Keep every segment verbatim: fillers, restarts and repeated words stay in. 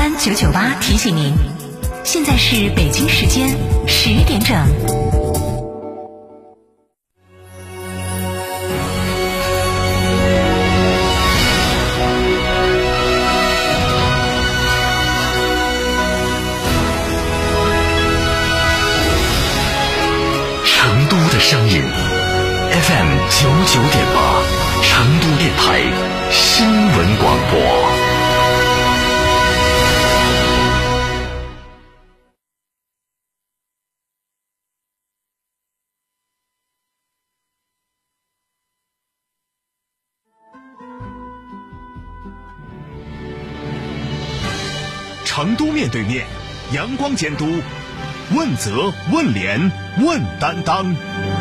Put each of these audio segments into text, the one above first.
三九九八提醒您，现在是北京时间十点整。 成都的声音 F M 九九点八，成都电台新闻广播。成都面对面，阳光监督，问责问廉问担当。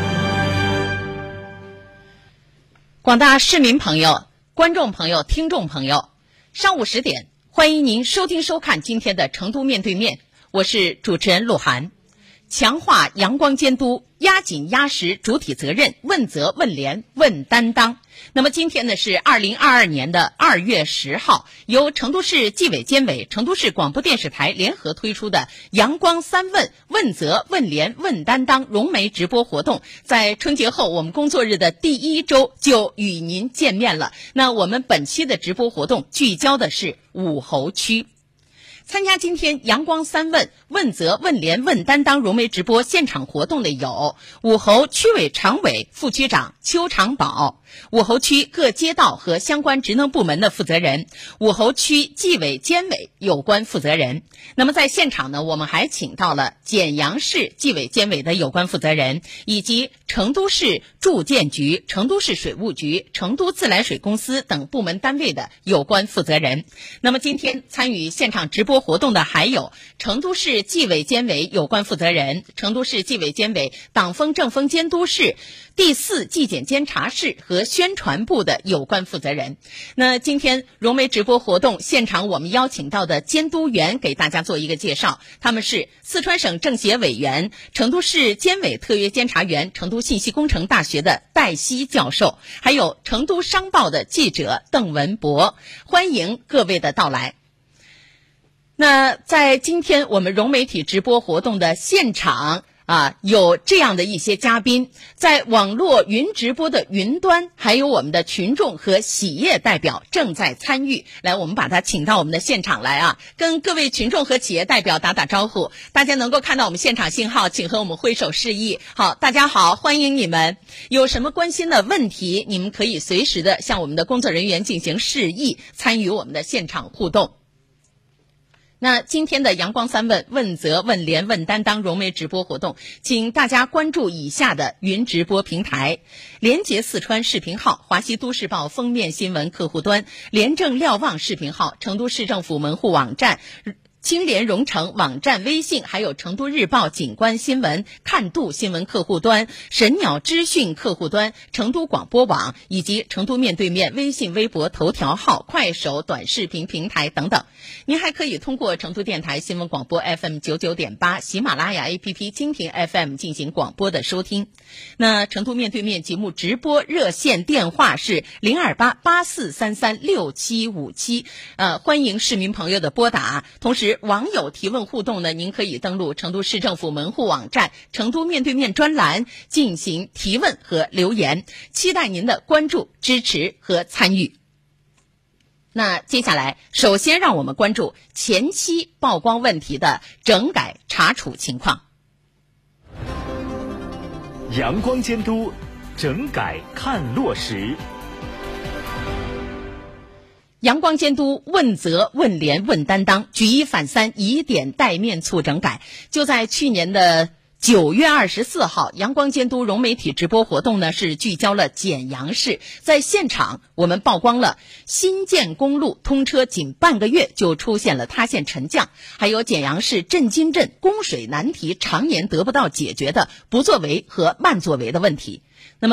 广大市民朋友、观众朋友、听众朋友，上午十点，欢迎您收听收看今天的成都面对面，我是主持人鹿晗。强化阳光监督，压紧压实主体责任，问责问廉问担当。那么今天呢是二零二二年的二月十号，由成都市纪委监委、成都市广播电视台联合推出的阳光三问问责问廉问担当融媒直播活动，在春节后我们工作日的第一周就与您见面了。那我们本期的直播活动聚焦的是武侯区。参加今天阳光三问问责问廉问担当融媒直播现场活动的有武侯区委常委副区长邱长宝，武侯区各街道和相关职能部门的负责人，武侯区纪委监委有关负责人。那么在现场呢，我们还请到了简阳市纪委监委的有关负责人，以及成都市住建局、成都市水务局、成都自来水公司等部门单位的有关负责人。那么今天参与现场直播活动的还有成都市纪委监委有关负责人、成都市纪委监委党风政风监督室、第四纪检监察室和宣传部的有关负责人。那今天融媒直播活动现场我们邀请到的监督员给大家做一个介绍，他们是四川省政协委员、成都市监委特约监察员、成都信息工程大学的戴希教授，还有成都商报的记者邓文博，欢迎各位的到来。那在今天我们融媒体直播活动的现场啊，有这样的一些嘉宾，在网络云直播的云端，还有我们的群众和企业代表正在参与。来，我们把他请到我们的现场来啊，跟各位群众和企业代表打打招呼。大家能够看到我们现场信号，请和我们挥手示意。好，大家好，欢迎你们。有什么关心的问题，你们可以随时的向我们的工作人员进行示意，参与我们的现场互动。那今天的阳光三问问责问廉问担当融媒直播活动，请大家关注以下的云直播平台：联捷四川视频号、华西都市报封面新闻客户端、廉政瞭望视频号、成都市政府门户网站、青联蓉城网站微信，还有成都日报景观新闻、看度新闻客户端、神鸟资讯客户端、成都广播网，以及成都面对面微信、微博、头条号、快手短视频平台等等。您还可以通过成都电台新闻广播 F M 九九点八、喜马拉雅 A P P、蜻蜓 F M 进行广播的收听。那成都面对面节目直播热线电话是零二八八四三三六七五七，呃，欢迎市民朋友的拨打。同时网友提问互动呢，您可以登录成都市政府门户网站成都面对面专栏进行提问和留言，期待您的关注、支持和参与。那接下来首先让我们关注前期曝光问题的整改查处情况。 阳光监督，整改看落实。 阳光监督问责问廉问担当，举一反三，以点带面促整改。就在去年的九月二十四号，阳光监督融媒体直播活动呢是聚焦了简阳市，在现场我们曝光了新建公路通车仅半个月就出现了塌陷沉降，还有简阳市镇金镇供水难题常年得不到解决的不作为和慢作为的问题。那么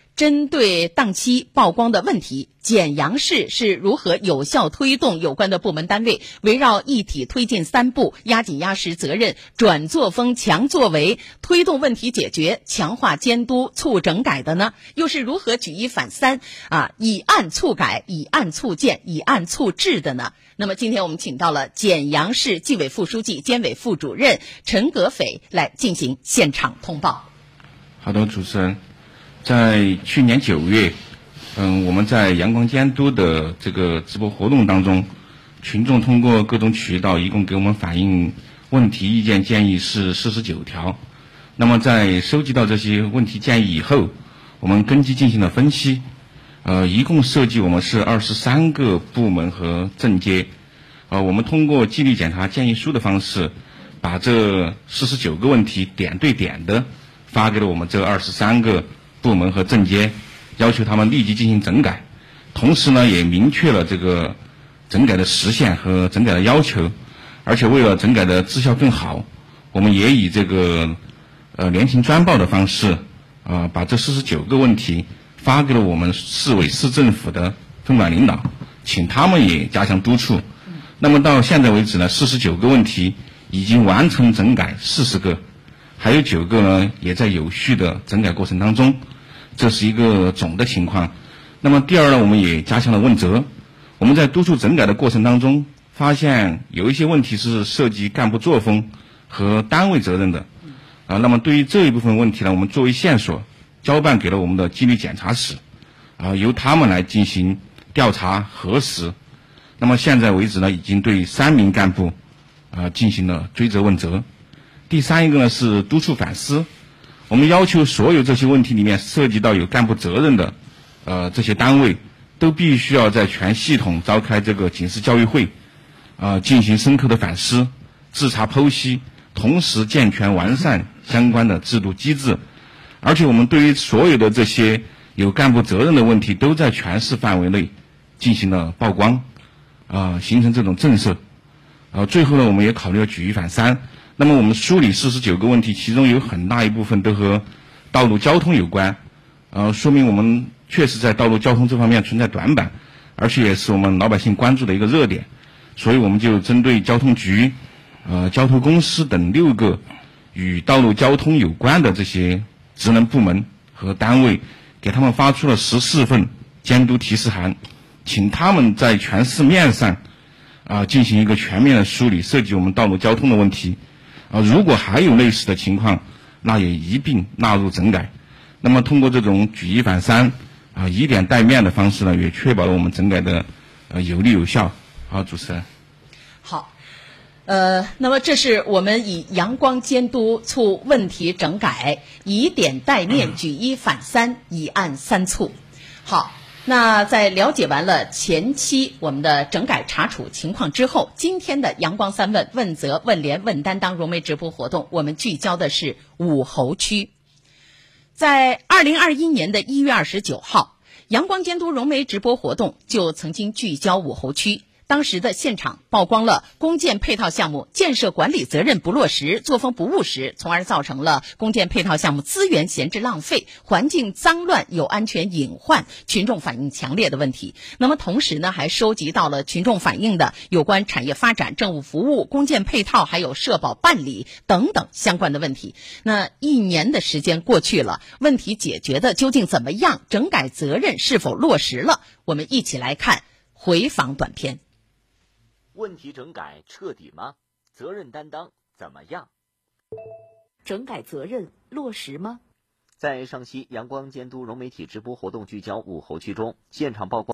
针对当期曝光的问题，简阳市是如何有效推动有关的部门单位围绕一体推进三步，压紧压实责任，转作风强作为，推动问题解决，强化监督促整改的呢？又是如何举一反三啊，以案促改，以案促建，以案促治的呢？那么今天我们请到了简阳市纪委副书记、监委副主任陈格斐来进行现场通报。 好的，主持人，在去年九月，嗯，我们在阳光监督的这个直播活动当中，群众通过各种渠道一共给我们反映问题意见建议是四十九条。那么在收集到这些问题建议以后，我们根据进行了分析，呃，一共涉及我们是二十三个部门和政阶，呃，我们通过纪律检查建议书的方式，把这四十九个问题点对点的发给了我们这二十三个部门和政阶，要求他们立即进行整改，同时呢，也明确了这个整改的时限和整改的要求，而且为了整改的绩效更好，我们也以这个呃联勤专报的方式，啊、呃，把这四十九个问题发给了我们市委市政府的分管领导，请他们也加强督促。那么到现在为止呢，四十九个问题已经完成整改四十个，还有九个呢也在有序的整改过程当中，这是一个总的情况。那么第二呢，我们也加强了问责。我们在督促整改的过程当中，发现有一些问题是涉及干部作风和单位责任的，啊，那么对于这一部分问题呢，我们作为线索交办给了我们的纪律检查室，啊，由他们来进行调查核实。那么现在为止呢，已经对三名干部啊进行了追责问责。第三一个呢是督促反思，我们要求所有这些问题里面涉及到有干部责任的呃这些单位，都必须要在全系统召开这个警示教育会，啊、呃，进行深刻的反思、自查剖析，同时健全完善相关的制度机制。而且我们对于所有的这些有干部责任的问题，都在全市范围内进行了曝光，啊、呃，形成这种震慑。啊、呃，最后呢，我们也考虑了举一反三。那么我们梳理四十九个问题，其中有很大一部分都和道路交通有关，呃，说明我们确实在道路交通这方面存在短板，而且也是我们老百姓关注的一个热点。所以我们就针对交通局、呃交通公司等六个与道路交通有关的这些职能部门和单位，给他们发出了十四份监督提示函，请他们在全市面上啊、呃、进行一个全面的梳理涉及我们道路交通的问题。啊，如果还有类似的情况，那也一并纳入整改。那么通过这种举一反三、啊以点带面的方式呢，也确保了我们整改的呃有力有效。好，主持人。 好，呃，那么这是我们以阳光监督促问题整改，以点带面，举一反三，以案三促。好。那在了解完了前期我们的整改查处情况之后，今天的阳光三问问责问联问担当融媒直播活动，我们聚焦的是武侯区。在二零二一年的一月二十九号，阳光监督融媒直播活动就曾经聚焦武侯区。当时的现场曝光了公建配套项目建设管理责任不落实、作风不务实，从而造成了公建配套项目资源闲置浪费、环境脏乱、有安全隐患，群众反映强烈的问题。那么同时呢，还收集到了群众反映的有关产业发展、政务服务、公建配套还有社保办理等等相关的问题。那一年的时间过去了，问题解决的究竟怎么样？整改责任是否落实了？我们一起来看回访短片。 问题整改彻底吗？责任担当怎么样？ 整改责任落实吗？ 在上期阳光监督融媒体直播活动聚焦武侯区中，现场曝光